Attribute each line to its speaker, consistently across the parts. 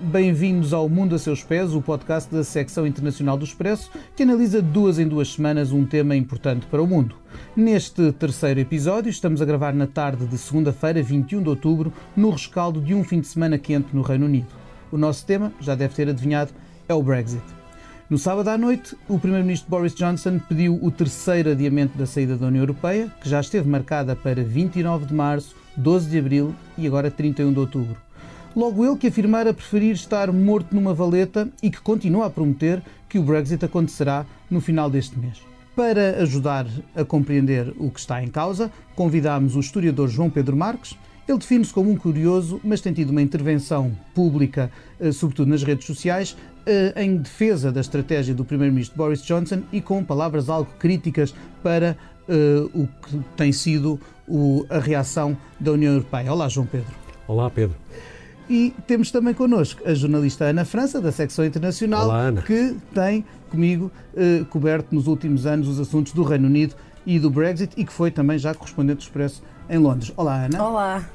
Speaker 1: bem-vindos ao Mundo a Seus Pés, o podcast da secção internacional do Expresso, que analisa de 2 em 2 semanas um tema importante para o mundo. Neste terceiro episódio, estamos a gravar na tarde de segunda-feira, 21 de outubro, no rescaldo de um fim de semana quente no Reino Unido. O nosso tema, já deve ter adivinhado, é o Brexit. No sábado à noite, o primeiro-ministro Boris Johnson pediu o terceiro adiamento da saída da União Europeia, que já esteve marcada para 29 de março, 12 de abril e agora 31 de outubro. Logo ele que afirmara preferir estar morto numa valeta e que continua a prometer que o Brexit acontecerá no final deste mês. Para ajudar a compreender o que está em causa, convidámos o historiador João Pedro Marques. Ele define-se como um curioso, mas tem tido uma intervenção pública, sobretudo nas redes sociais, em defesa da estratégia do primeiro-ministro Boris Johnson e com palavras algo críticas para o que tem sido a reação da União Europeia. Olá, João Pedro.
Speaker 2: Olá, Pedro.
Speaker 1: E temos também connosco a jornalista Ana França, da secção internacional.
Speaker 2: Olá, Ana.
Speaker 1: Que tem comigo coberto nos últimos anos os assuntos do Reino Unido e do Brexit e que foi também já correspondente do Expresso em Londres. Olá, Ana.
Speaker 3: Olá.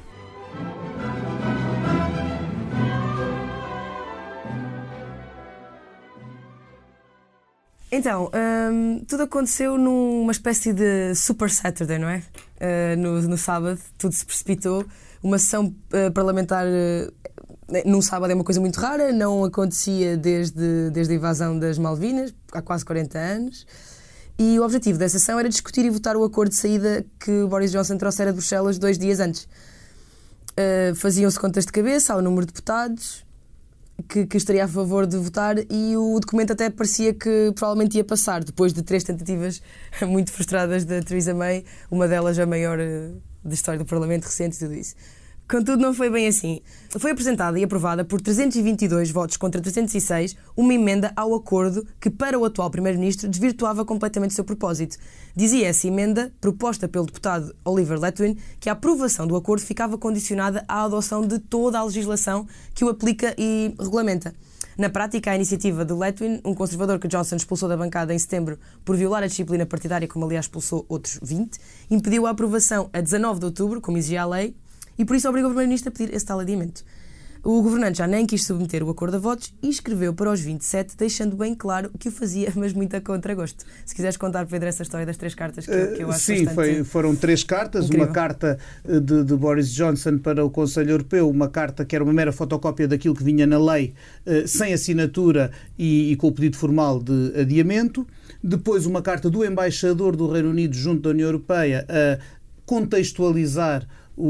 Speaker 3: Então, tudo aconteceu numa espécie de Super Saturday, não é? No sábado, tudo se precipitou. Uma sessão parlamentar num sábado é uma coisa muito rara, não acontecia desde a invasão das Malvinas, há quase 40 anos. E o objetivo dessa sessão era discutir e votar o acordo de saída que Boris Johnson trouxera de Bruxelas 2 dias antes. Faziam-se contas de cabeça ao número de deputados que estaria a favor de votar e o documento até parecia que provavelmente ia passar, depois de 3 tentativas muito frustradas da Theresa May, uma delas a maior da história do Parlamento recente e tudo isso. Contudo, não foi bem assim. Foi apresentada e aprovada por 322 votos contra 306 uma emenda ao acordo que, para o atual Primeiro-Ministro, desvirtuava completamente o seu propósito. Dizia essa emenda, proposta pelo deputado Oliver Letwin, que a aprovação do acordo ficava condicionada à adoção de toda a legislação que o aplica e regulamenta. Na prática, a iniciativa de Letwin, um conservador que Johnson expulsou da bancada em setembro por violar a disciplina partidária, como aliás expulsou outros 20, impediu a aprovação a 19 de outubro, como exigia a lei, e por isso obrigou o Primeiro-Ministro a pedir esse tal adiamento. O governante já nem quis submeter o acordo a votos e escreveu para os 27, deixando bem claro que o fazia, mas muito a contragosto. Se quiseres contar, Pedro, essa história das 3 cartas, que eu acho
Speaker 1: sim,
Speaker 3: bastante...
Speaker 1: foram 3 cartas, incrível. Uma carta de Boris Johnson para o Conselho Europeu, uma carta que era uma mera fotocópia daquilo que vinha na lei, sem assinatura e com o pedido formal de adiamento. Depois uma carta do embaixador do Reino Unido junto da União Europeia a contextualizar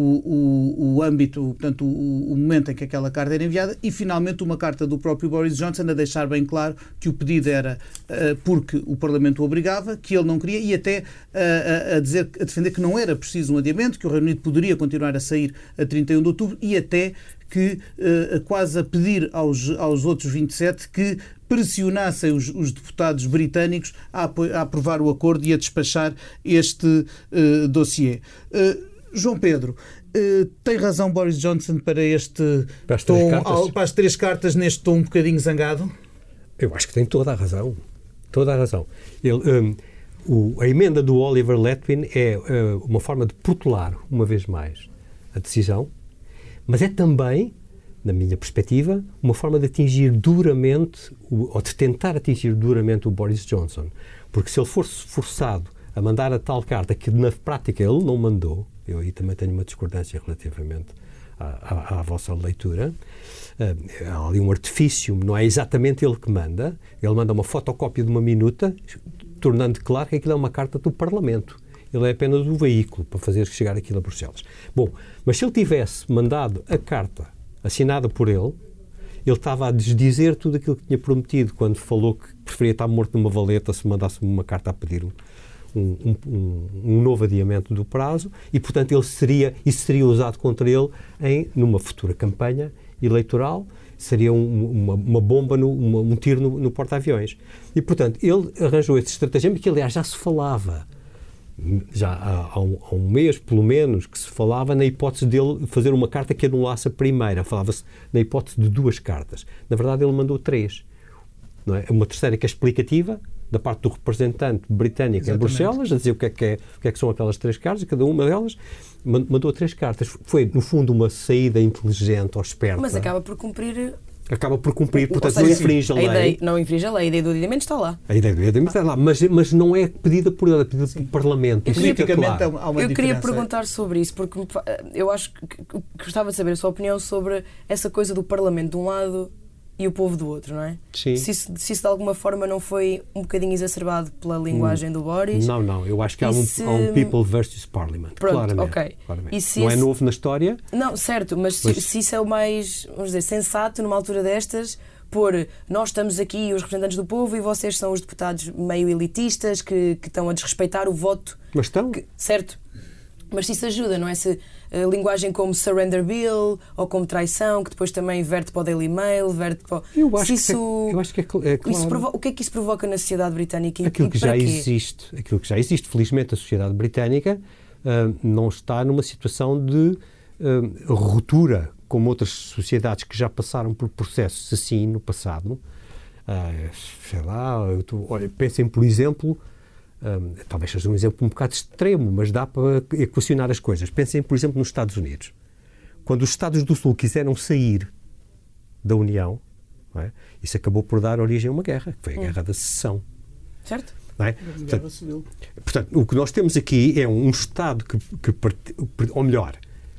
Speaker 1: o âmbito, portanto, o momento em que aquela carta era enviada e, finalmente, uma carta do próprio Boris Johnson a deixar bem claro que o pedido era porque o Parlamento o obrigava, que ele não queria e até a defender que não era preciso um adiamento, que o Reino Unido poderia continuar a sair a 31 de outubro e até que quase a pedir aos outros 27 que pressionassem os deputados britânicos a aprovar o acordo e a despachar este dossiê. João Pedro, tem razão Boris Johnson para este tom, para as 3 cartas neste tom um bocadinho zangado?
Speaker 2: Eu acho que tem toda a razão. Toda a razão. A emenda do Oliver Letwin é uma forma de protelar, uma vez mais, a decisão, mas é também, na minha perspectiva, uma forma de atingir duramente, ou de tentar atingir duramente o Boris Johnson. Porque se ele fosse forçado a mandar a tal carta que na prática ele não mandou, eu aí também tenho uma discordância relativamente à vossa leitura, há ali um artifício, não é exatamente ele que manda, ele manda uma fotocópia de uma minuta, tornando claro que aquilo é uma carta do Parlamento. Ele é apenas o veículo para fazer chegar aquilo a Bruxelas. Bom, mas se ele tivesse mandado a carta assinada por ele estava a desdizer tudo aquilo que tinha prometido quando falou que preferia estar morto numa valeta se mandasse uma carta a pedir um novo adiamento do prazo e, portanto, isso seria usado contra ele numa futura campanha eleitoral, seria uma bomba, um tiro no porta-aviões. E, portanto, ele arranjou esse estratagema que, aliás, já se falava, já há um mês, pelo menos, que se falava na hipótese dele fazer uma carta que anulasse a primeira. Falava-se na hipótese de 2 cartas. Na verdade, ele mandou 3. Não é? Uma terceira que é explicativa, da parte do representante britânico em Bruxelas, a dizer o que é que são aquelas 3 cartas, e cada uma delas mandou 3 cartas. Foi, no fundo, uma saída inteligente ou esperta.
Speaker 3: Mas acaba por cumprir
Speaker 2: Acaba por cumprir, portanto,
Speaker 3: Ou seja,
Speaker 2: não infringe a lei.
Speaker 3: Ideia, não infringe a lei, a ideia do adiamento está lá.
Speaker 2: A ideia do adiamento está lá, mas não é pedida por ele, é pedida pelo Parlamento.
Speaker 1: Politicamente
Speaker 2: claro.
Speaker 1: há uma
Speaker 3: Eu queria
Speaker 1: diferença.
Speaker 3: perguntar sobre isso, porque eu acho que gostava de saber a sua opinião sobre essa coisa do Parlamento de um lado e o povo do outro, não é?
Speaker 2: Sim.
Speaker 3: Se isso de alguma forma não foi um bocadinho exacerbado pela linguagem do Boris.
Speaker 2: Não, eu acho que há
Speaker 3: se...
Speaker 2: há um people versus Parliament.
Speaker 3: Pronto,
Speaker 2: claramente,
Speaker 3: ok.
Speaker 2: claramente.
Speaker 3: E se
Speaker 2: não é
Speaker 3: esse...
Speaker 2: novo na história.
Speaker 3: Não, certo, mas se isso é o mais, vamos dizer, sensato numa altura destas, pôr nós estamos aqui os representantes do povo e vocês são os deputados meio elitistas que estão a desrespeitar o voto.
Speaker 2: Mas estão.
Speaker 3: Certo. Mas se isso ajuda, não é? Se linguagem como surrender bill ou como traição, que depois também verte para o Daily Mail, verte para...
Speaker 2: Eu acho que é claro.
Speaker 3: O que é que isso provoca na sociedade britânica?
Speaker 2: Aquilo que já
Speaker 3: quê?
Speaker 2: existe. Felizmente a sociedade britânica não está numa situação de ruptura como outras sociedades que já passaram por processos assim no passado. Sei lá, olha, pensem, por exemplo, talvez seja um exemplo um bocado extremo, mas dá para equacionar as coisas. Pensem, por exemplo, nos Estados Unidos. Quando os Estados do Sul quiseram sair da União, não é? Isso acabou por dar origem a uma guerra, que foi a Guerra da Secessão.
Speaker 3: Certo?
Speaker 2: Não é? Portanto, o que nós temos aqui é um Estado ou melhor,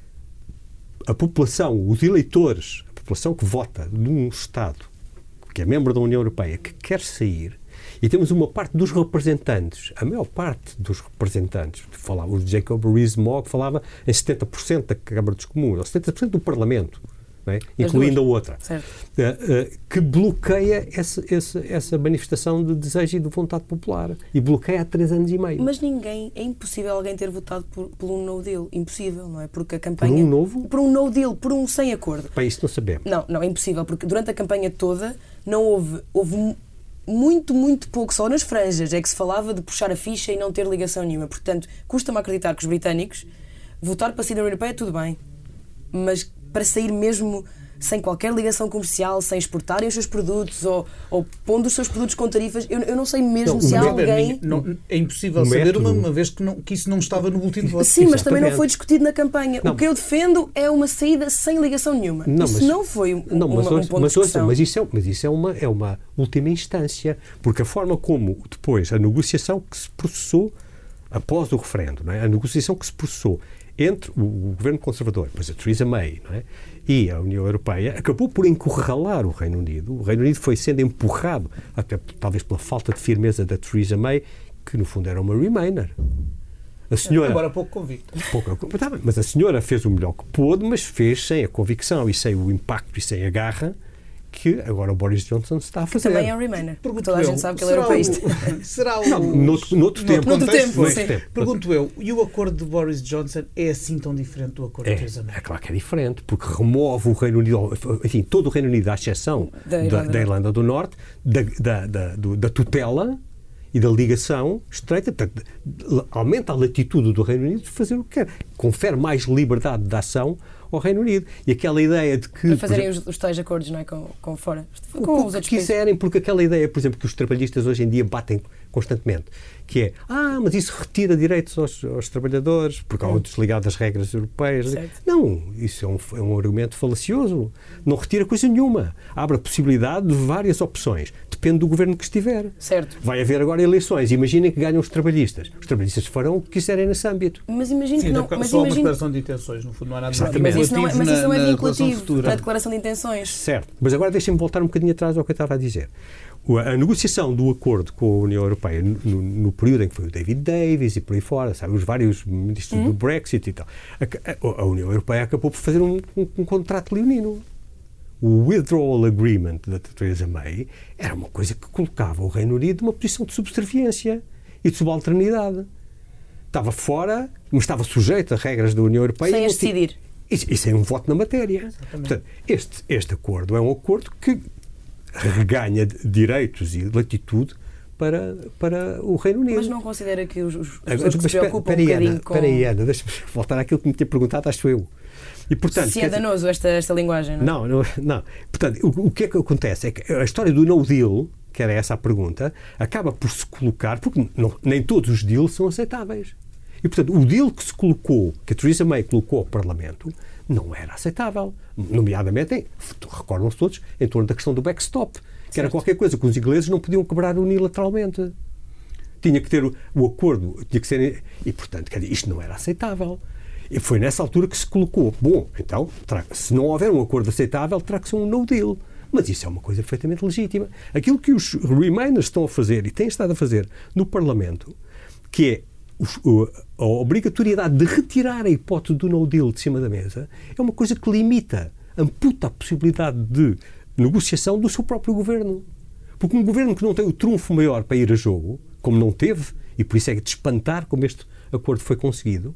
Speaker 2: a população, os eleitores, a população que vota num Estado que é membro da União Europeia, que quer sair, e temos uma parte dos representantes, a maior parte dos representantes, o Jacob Rees-Mogg falava em 70% da Câmara dos Comuns, ou 70% do Parlamento, não é? Incluindo a outra, que bloqueia essa manifestação de desejo e de vontade popular. E bloqueia há 3 anos e meio.
Speaker 3: Mas é impossível alguém ter votado por um no deal. Impossível, não é? Porque a campanha...
Speaker 2: Por um novo?
Speaker 3: Por um no deal, por um sem acordo.
Speaker 2: Para isso não sabemos.
Speaker 3: Não, é impossível, porque durante a campanha toda não houve muito pouco, só nas franjas, é que se falava de puxar a ficha e não ter ligação nenhuma. Portanto, custa-me acreditar que os britânicos votar para sair da União Europeia, tudo bem, mas para sair mesmo sem qualquer ligação comercial, sem exportarem os seus produtos ou pondo os seus produtos com tarifas, eu não sei mesmo se há alguém...
Speaker 1: É impossível saber uma vez que isso não estava no boletim de voto.
Speaker 3: Sim, mas também não foi discutido na campanha. O que eu defendo é uma saída sem ligação nenhuma. Isso não foi um ponto de discussão.
Speaker 2: Mas isso é uma última instância, porque a forma como depois a negociação que se processou após o referendo, não é? A negociação que se processou entre o governo conservador, depois a Theresa May, não é? E a União Europeia, acabou por encurralar o Reino Unido. O Reino Unido foi sendo empurrado, até talvez pela falta de firmeza da Theresa May, que no fundo era uma Remainer. A senhora,
Speaker 1: agora pouco convicta.
Speaker 2: Mas a senhora fez o melhor que pôde, mas fez sem a convicção e sem o impacto e sem a garra que agora o Boris Johnson está a fazer.
Speaker 3: Também é um Remainer. Toda a gente sabe que ele é europeísta.
Speaker 1: Será o...
Speaker 2: Noutro tempo.
Speaker 1: Pergunto eu, e o acordo de Boris Johnson é assim tão diferente do acordo de Theresa May?
Speaker 2: É claro que é diferente, porque remove o Reino Unido, enfim, todo o Reino Unido, à exceção da Irlanda do Norte, da tutela e da ligação estreita, portanto, aumenta a latitude do Reino Unido de fazer o que quer, confere mais liberdade de ação ao Reino Unido. E aquela ideia de que...
Speaker 3: Para fazerem os tais acordos, não é? Com fora.
Speaker 2: Com os outros quiserem, porque aquela ideia, por exemplo, que os trabalhistas hoje em dia batem constantemente, que é, mas isso retira direitos aos trabalhadores, porque há outros ligados às regras europeias.
Speaker 3: Certo.
Speaker 2: Não, isso é um argumento falacioso. Não retira coisa nenhuma. Abre a possibilidade de várias opções. Depende do governo que estiver.
Speaker 3: Certo.
Speaker 2: Vai haver agora eleições. Imaginem que ganham os trabalhistas. Os trabalhistas farão o que quiserem nesse âmbito.
Speaker 3: Mas imagino que não...
Speaker 1: Só uma declaração de intenções, no fundo, não há nada
Speaker 3: mas isso não é vinculativo
Speaker 1: futura.
Speaker 3: para a declaração de intenções.
Speaker 2: Certo. Mas agora deixem-me voltar um bocadinho atrás ao que eu estava a dizer. A negociação do acordo com a União Europeia no período em que foi o David Davis e por aí fora, sabe, os vários ministros do Brexit e tal, a União Europeia acabou por fazer um contrato leonino. O Withdrawal Agreement da Theresa May era uma coisa que colocava o Reino Unido numa posição de subserviência e de subalternidade. Estava fora, mas estava sujeito a regras da União Europeia.
Speaker 3: Sem as decidir.
Speaker 2: E sem um voto na matéria. Portanto, este acordo é um acordo que reganha direitos e latitude para o Reino Unido.
Speaker 3: Mas não considera que os pessoas que se preocupam um bocadinho com...
Speaker 2: Espera aí, Ana, deixa-me voltar àquilo que me tinha perguntado, acho eu. E, portanto,
Speaker 3: se é danoso esta linguagem, não é?
Speaker 2: Não. Portanto, o que é que acontece? É que a história do no deal, que era essa a pergunta, acaba por se colocar, porque nem todos os deals são aceitáveis. E, portanto, o deal que se colocou, que a Theresa May colocou ao Parlamento, não era aceitável. Nomeadamente, recordam-se todos, em torno da questão do backstop, que era qualquer coisa que os ingleses não podiam quebrar unilateralmente. Tinha que ter o acordo, tinha que ser... E, portanto, isto não era aceitável. E foi nessa altura que se colocou, bom, então, se não houver um acordo aceitável, terá que ser um no deal. Mas isso é uma coisa perfeitamente legítima. Aquilo que os Remainers estão a fazer, e têm estado a fazer no Parlamento, que é a obrigatoriedade de retirar a hipótese do no deal de cima da mesa, é uma coisa que limita, amputa a possibilidade de negociação do seu próprio governo. Porque um governo que não tem o trunfo maior para ir a jogo, como não teve, e por isso é de espantar como este acordo foi conseguido,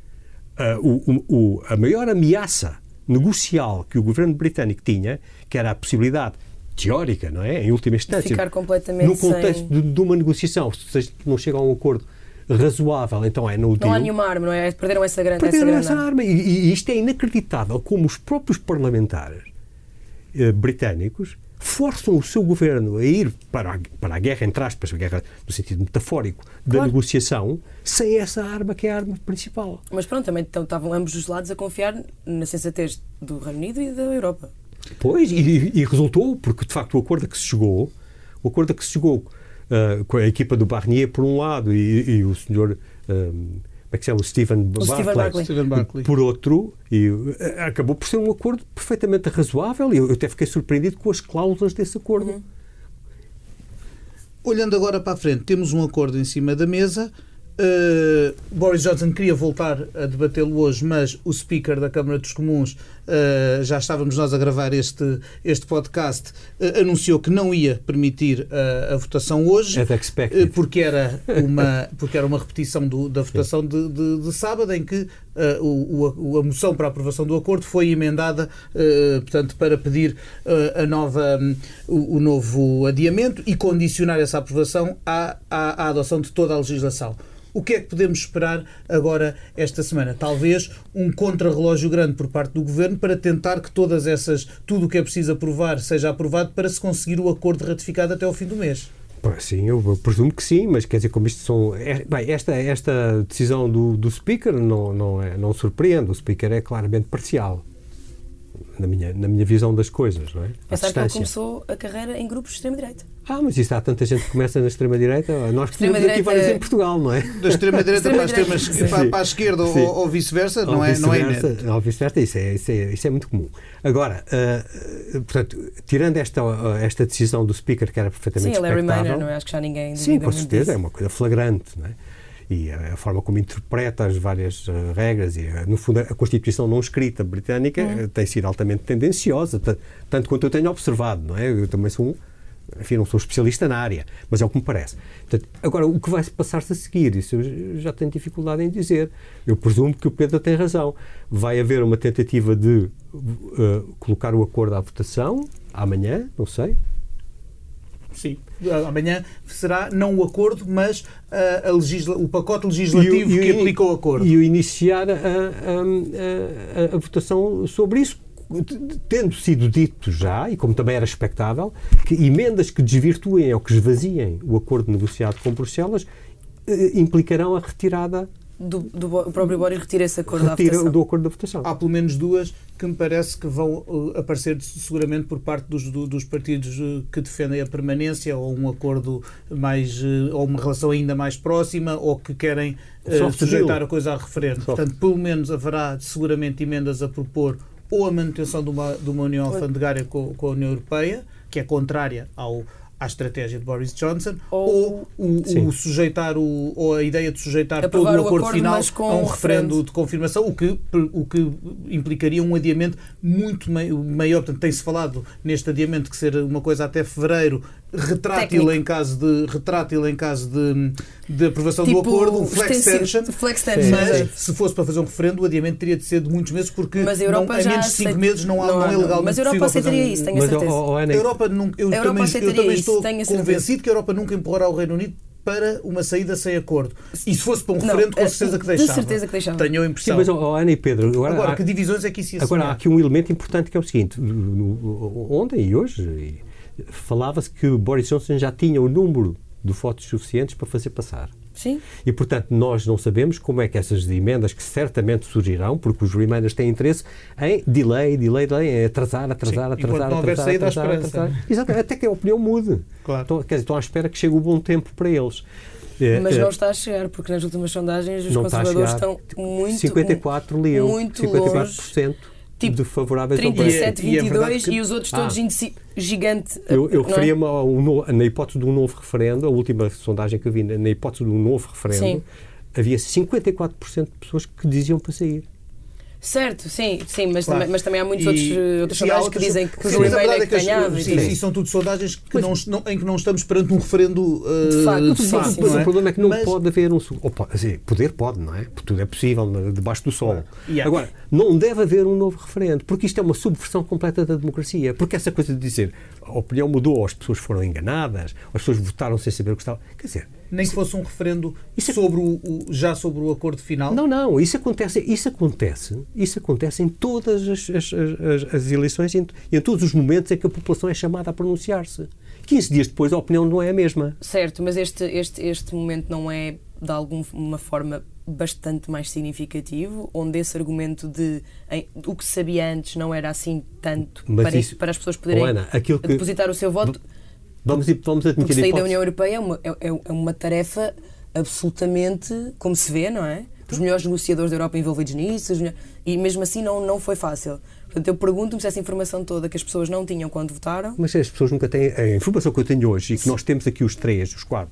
Speaker 2: a maior ameaça negocial que o governo britânico tinha, que era a possibilidade teórica, não é? Em última instância,
Speaker 3: ficar completamente
Speaker 2: no contexto de uma negociação, se não chega a um acordo razoável, então é no deal.
Speaker 3: Não há nenhuma arma, não é? Perderam essa grande
Speaker 2: arma. E isto é inacreditável, como os próprios parlamentares britânicos forçam o seu governo a ir para a guerra, entre aspas, a guerra no sentido metafórico da negociação, sem essa arma que é a arma principal.
Speaker 3: Mas pronto, também estavam ambos os lados a confiar na sensatez do Reino Unido e da Europa.
Speaker 2: Pois, e resultou, porque de facto o acordo a que se chegou com a equipa do Barnier por um lado e o senhor... como é que se chama? O Stephen Barclay. Por outro, e acabou por ser um acordo perfeitamente razoável e eu até fiquei surpreendido com as cláusulas desse acordo.
Speaker 1: Olhando agora para a frente, temos um acordo em cima da mesa. Boris Johnson queria voltar a debatê-lo hoje, mas o Speaker da Câmara dos Comuns, já estávamos nós a gravar este podcast, anunciou que não ia permitir a votação hoje, porque era uma repetição da votação de sábado, em que a moção para a aprovação do acordo foi emendada, portanto, para pedir o novo adiamento e condicionar essa aprovação à adoção de toda a legislação. O que é que podemos esperar agora esta semana? Talvez um contrarrelógio grande por parte do Governo para tentar que tudo o que é preciso aprovar seja aprovado para se conseguir o acordo ratificado até ao fim do mês.
Speaker 2: Sim, eu presumo que sim, mas quer dizer, como isto são... esta decisão do Speaker não surpreende. O Speaker é claramente parcial. Na minha visão das coisas, não é?
Speaker 3: Pensar que ele começou a carreira em grupos de extrema-direita.
Speaker 2: Mas isso há tanta gente que começa na extrema-direita. Nós temos aqui vários em Portugal, não é?
Speaker 1: Da extrema-direita para a esquerda ou vice-versa, não é inédito.
Speaker 2: Ou vice-versa, isso é muito comum. Agora, portanto, tirando esta decisão do Speaker, que era perfeitamente expectável...
Speaker 3: Sim, Larry Maynard, não é? Acho que já ninguém...
Speaker 2: Sim, com certeza, é uma coisa flagrante, não é? E a forma como interpreta as várias regras e, no fundo, a Constituição não escrita britânica tem sido altamente tendenciosa, tanto quanto eu tenho observado, não é? Eu também não sou especialista na área, mas é o que me parece. Portanto, agora, o que vai passar-se a seguir, isso eu já tenho dificuldade em dizer. Eu presumo que o Pedro tem razão. Vai haver uma tentativa de colocar o acordo à votação, amanhã, não sei.
Speaker 1: Sim, amanhã será não o acordo, mas o pacote legislativo que aplica o acordo.
Speaker 2: E o iniciar a votação sobre isso, tendo sido dito já, e como também era expectável, que emendas que desvirtuem ou que esvaziem o acordo negociado com Bruxelas implicarão a retirada
Speaker 3: o próprio Boris retira esse acordo da votação.
Speaker 2: Do acordo da votação.
Speaker 1: Há pelo menos duas que me parece que vão aparecer seguramente por parte dos partidos que defendem a permanência ou um acordo mais, ou uma relação ainda mais próxima, ou que querem sujeitar a coisa a referendo. Portanto, pelo menos haverá seguramente emendas a propor ou a manutenção de uma união alfandegária com a União Europeia, que é contrária à estratégia de Boris Johnson, ou a ideia de sujeitar todo o acordo final a um referendo de confirmação, o que implicaria um adiamento muito maior. Portanto, tem-se falado neste adiamento que ser uma coisa até fevereiro, retrátil em caso de aprovação do acordo, um flex tension. Mas se fosse para fazer um referendo, o adiamento teria de ser de muitos meses, porque a menos de 5 meses não é legalmente
Speaker 3: mas a Europa aceitaria isso, tenho a certeza.
Speaker 1: A Europa eu também estou convencido que a Europa nunca empurrará o Reino Unido para uma saída sem acordo. E se fosse para um referendo, com certeza que deixava.
Speaker 3: De certeza que deixava.
Speaker 1: Tenho a impressão.
Speaker 2: Sim, mas Ana e Pedro...
Speaker 1: Agora, que divisões é que isso ia
Speaker 2: Agora, há aqui um elemento importante que é o seguinte. Ontem e hoje falava-se que Boris Johnson já tinha o número de votos suficientes para fazer passar.
Speaker 3: Sim.
Speaker 2: E, portanto, nós não sabemos como é que essas emendas, que certamente surgirão, porque os Remainers têm interesse em delay, em atrasar. Exatamente, até que a opinião mude.
Speaker 1: Claro.
Speaker 2: Então, quer dizer, estão à espera que chegue o bom tempo para eles.
Speaker 3: Mas não está a chegar, porque nas últimas sondagens os conservadores estão muito
Speaker 2: 54 liam,
Speaker 3: muito
Speaker 2: 54%
Speaker 3: tipo,
Speaker 2: de favoráveis ao Brexit.
Speaker 3: 37-22 e os outros todos índice gigante.
Speaker 2: Eu referia-me na hipótese de um novo referendo, a última sondagem que eu vi, na hipótese de um novo referendo, havia 54% de pessoas que diziam para sair.
Speaker 3: Certo, sim, mas,
Speaker 1: claro.
Speaker 3: mas também há muitas outras sondagens que dizem que o Remainer é que ganhava.
Speaker 1: E são tudo sondagens que em que não estamos perante um referendo
Speaker 3: de facto.
Speaker 2: Mas o problema é que não pode haver poder pode, não é? Porque tudo é possível debaixo do sol. Agora, não deve haver um novo referendo, porque isto é uma subversão completa da democracia. Porque essa coisa de dizer a opinião mudou, as pessoas foram enganadas, as pessoas votaram sem saber o que estava... Quer dizer...
Speaker 1: Nem que fosse um referendo já sobre o acordo final?
Speaker 2: Não. Isso acontece em todas as eleições e em todos os momentos em que a população é chamada a pronunciar-se. 15 dias depois a opinião não é a mesma.
Speaker 3: Certo, mas este momento não é, de alguma forma, bastante mais significativo, onde esse argumento de o que se sabia antes não era assim tanto para as pessoas poderem depositar o seu voto...
Speaker 2: Vamos admitir
Speaker 3: porque sair da União Europeia é uma tarefa absolutamente, como se vê, não é? Os melhores negociadores da Europa envolvidos nisso, e mesmo assim não foi fácil. Portanto, eu pergunto-me se essa informação toda que as pessoas não tinham quando votaram...
Speaker 2: Mas as pessoas nunca têm... A informação que eu tenho hoje, e que nós temos aqui os quatro,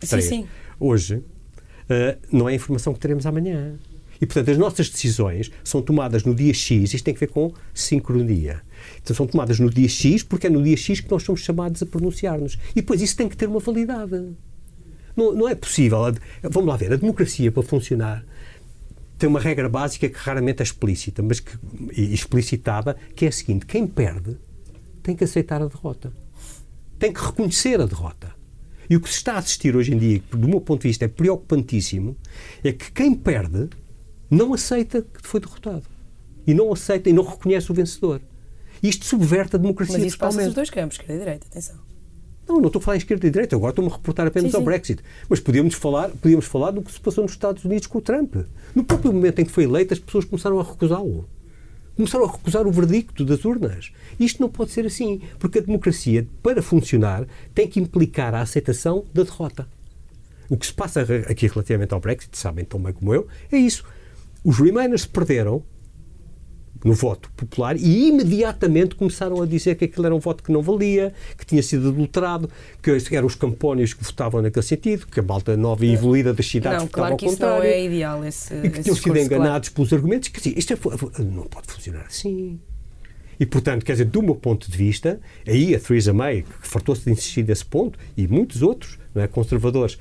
Speaker 2: hoje, não é a informação que teremos amanhã. E, portanto, as nossas decisões são tomadas no dia X, isto tem a ver com sincronia. Então, são tomadas no dia X, porque é no dia X que nós somos chamados a pronunciar-nos. E depois isso tem que ter uma validade. Não é possível. Vamos lá ver, a democracia, para funcionar, tem uma regra básica que raramente é explícita, mas explicitada, que é a seguinte: quem perde tem que aceitar a derrota. Tem que reconhecer a derrota. E o que se está a assistir hoje em dia, que do meu ponto de vista é preocupantíssimo, é que quem perde não aceita que foi derrotado. E não aceita e não reconhece o vencedor. Isto subverte a democracia totalmente.
Speaker 3: Mas isso passa dos dois campos, esquerda e direita, atenção.
Speaker 2: Não estou a falar em esquerda e direita, agora estou-me a reportar apenas ao Brexit. Mas podíamos falar do que se passou nos Estados Unidos com o Trump. No próprio momento em que foi eleito, as pessoas começaram a recusá-lo. Começaram a recusar o verdicto das urnas. Isto não pode ser assim, porque a democracia, para funcionar, tem que implicar a aceitação da derrota. O que se passa aqui relativamente ao Brexit, sabem tão bem como eu, é isso. Os Remainers perderam no voto popular e imediatamente começaram a dizer que aquilo era um voto que não valia, que tinha sido adulterado, que eram os campónios que votavam naquele sentido, que a malta nova e evoluída das cidades votava ao contrário.
Speaker 3: Não, claro que isso não é ideal,
Speaker 2: e que tinham sido enganados pelos argumentos, que assim, isto não pode funcionar assim. E, portanto, quer dizer, do meu ponto de vista, aí a Theresa May, que fartou-se de insistir nesse ponto, e muitos outros, não é, conservadores,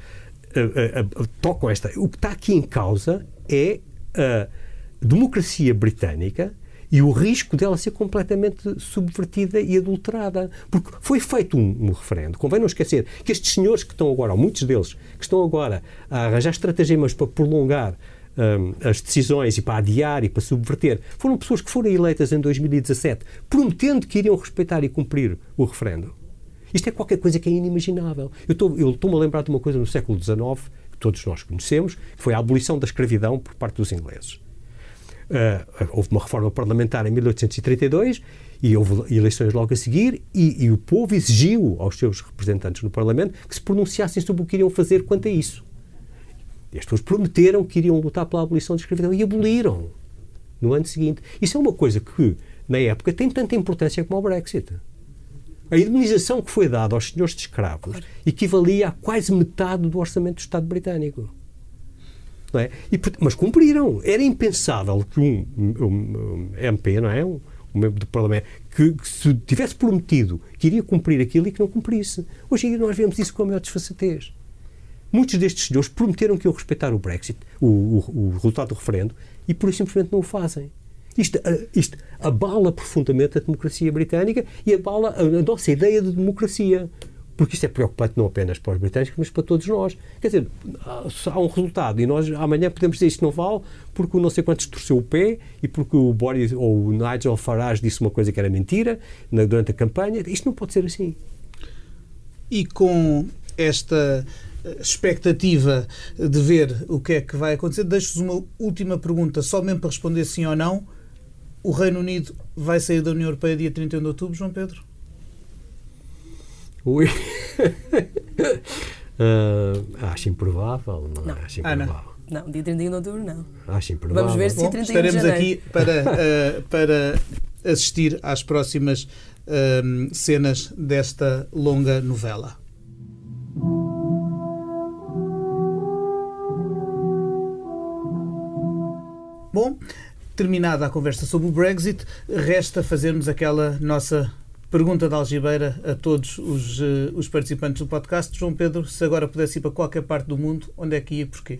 Speaker 2: tocam esta. O que está aqui em causa é a democracia britânica e o risco dela ser completamente subvertida e adulterada. Porque foi feito um referendo. Convém não esquecer que estes senhores que estão agora, ou muitos deles, que estão agora a arranjar estratagemas para prolongar as decisões e para adiar e para subverter, foram pessoas que foram eleitas em 2017, prometendo que iriam respeitar e cumprir o referendo. Isto é qualquer coisa que é inimaginável. Eu estou-me a lembrar de uma coisa no século XIX, que todos nós conhecemos, que foi a abolição da escravidão por parte dos ingleses. Houve uma reforma parlamentar em 1832 e houve eleições logo a seguir e o povo exigiu aos seus representantes no Parlamento que se pronunciassem sobre o que iriam fazer quanto a isso. E as pessoas prometeram que iriam lutar pela abolição da escravidão e aboliram no ano seguinte. Isso é uma coisa que, na época, tem tanta importância como o Brexit. A indemnização que foi dada aos senhores de escravos equivalia a quase metade do orçamento do Estado britânico. Não é? Mas cumpriram. Era impensável que um MP, não é? Um membro do Parlamento, que se tivesse prometido que iria cumprir aquilo e que não cumprisse. Hoje em dia nós vemos isso com a maior desfaçatez. Muitos destes senhores prometeram que iam respeitar o Brexit, o resultado do referendo, e por isso simplesmente não o fazem. Isto abala profundamente a democracia britânica e abala a nossa ideia de democracia. Porque isto é preocupante não apenas para os britânicos, mas para todos nós. Quer dizer, há um resultado e nós amanhã podemos dizer isto não vale porque o não sei quantos torceu o pé e porque o Boris ou o Nigel Farage disse uma coisa que era mentira durante a campanha. Isto não pode ser assim.
Speaker 1: E com expectativa de ver o que é que vai acontecer, deixo-vos uma última pergunta, só mesmo para responder sim ou não. O Reino Unido vai sair da União Europeia dia 31 de outubro, João Pedro?
Speaker 2: Ui. Acho improvável. Não. Acho improvável.
Speaker 3: Não, dia 31 de outubro não.
Speaker 2: Acho improvável.
Speaker 3: Vamos ver se dia 31 de
Speaker 1: estaremos
Speaker 3: janeiro.
Speaker 1: aqui para assistir às próximas cenas desta longa novela. Bom, terminada a conversa sobre o Brexit, resta fazermos aquela nossa pergunta de algibeira a todos os participantes do podcast. João Pedro, se agora pudesse ir para qualquer parte do mundo, onde é que ia e porquê?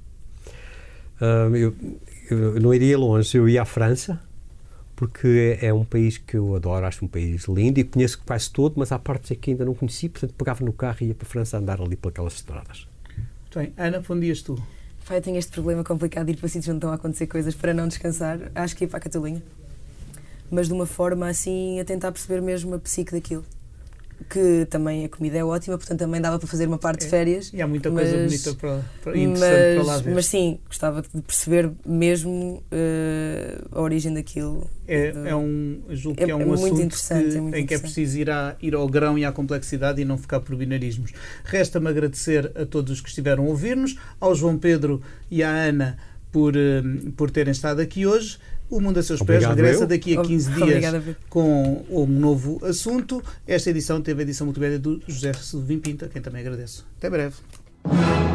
Speaker 2: Eu não iria longe, eu ia à França, porque é um país que eu adoro, acho um país lindo e conheço quase todo, mas há partes aqui que ainda não conheci, portanto pegava no carro e ia para a França a andar ali por aquelas estradas.
Speaker 1: Muito bem. Ana, para onde ias tu?
Speaker 3: Eu tenho este problema complicado de ir para sítios onde estão a acontecer coisas para não descansar. Acho que ia para a Catalunha. Mas de uma forma assim a tentar perceber mesmo a psique daquilo. Que também a comida é ótima, portanto também dava para fazer uma parte de férias.
Speaker 1: E há muita coisa bonita e interessante para lá ver.
Speaker 3: Mas sim, gostava de perceber mesmo a origem daquilo.
Speaker 1: Julgo que é um
Speaker 3: muito
Speaker 1: assunto
Speaker 3: interessante,
Speaker 1: em que é preciso ir ao grão e à complexidade e não ficar por binarismos. Resta-me agradecer a todos os que estiveram a ouvir-nos, ao João Pedro e à Ana por terem estado aqui hoje. O Mundo a Seus Pés regressa daqui a 15 dias com um novo assunto. Esta edição teve a edição multimédia do José Silvim Pinto, a quem também agradeço. Até breve.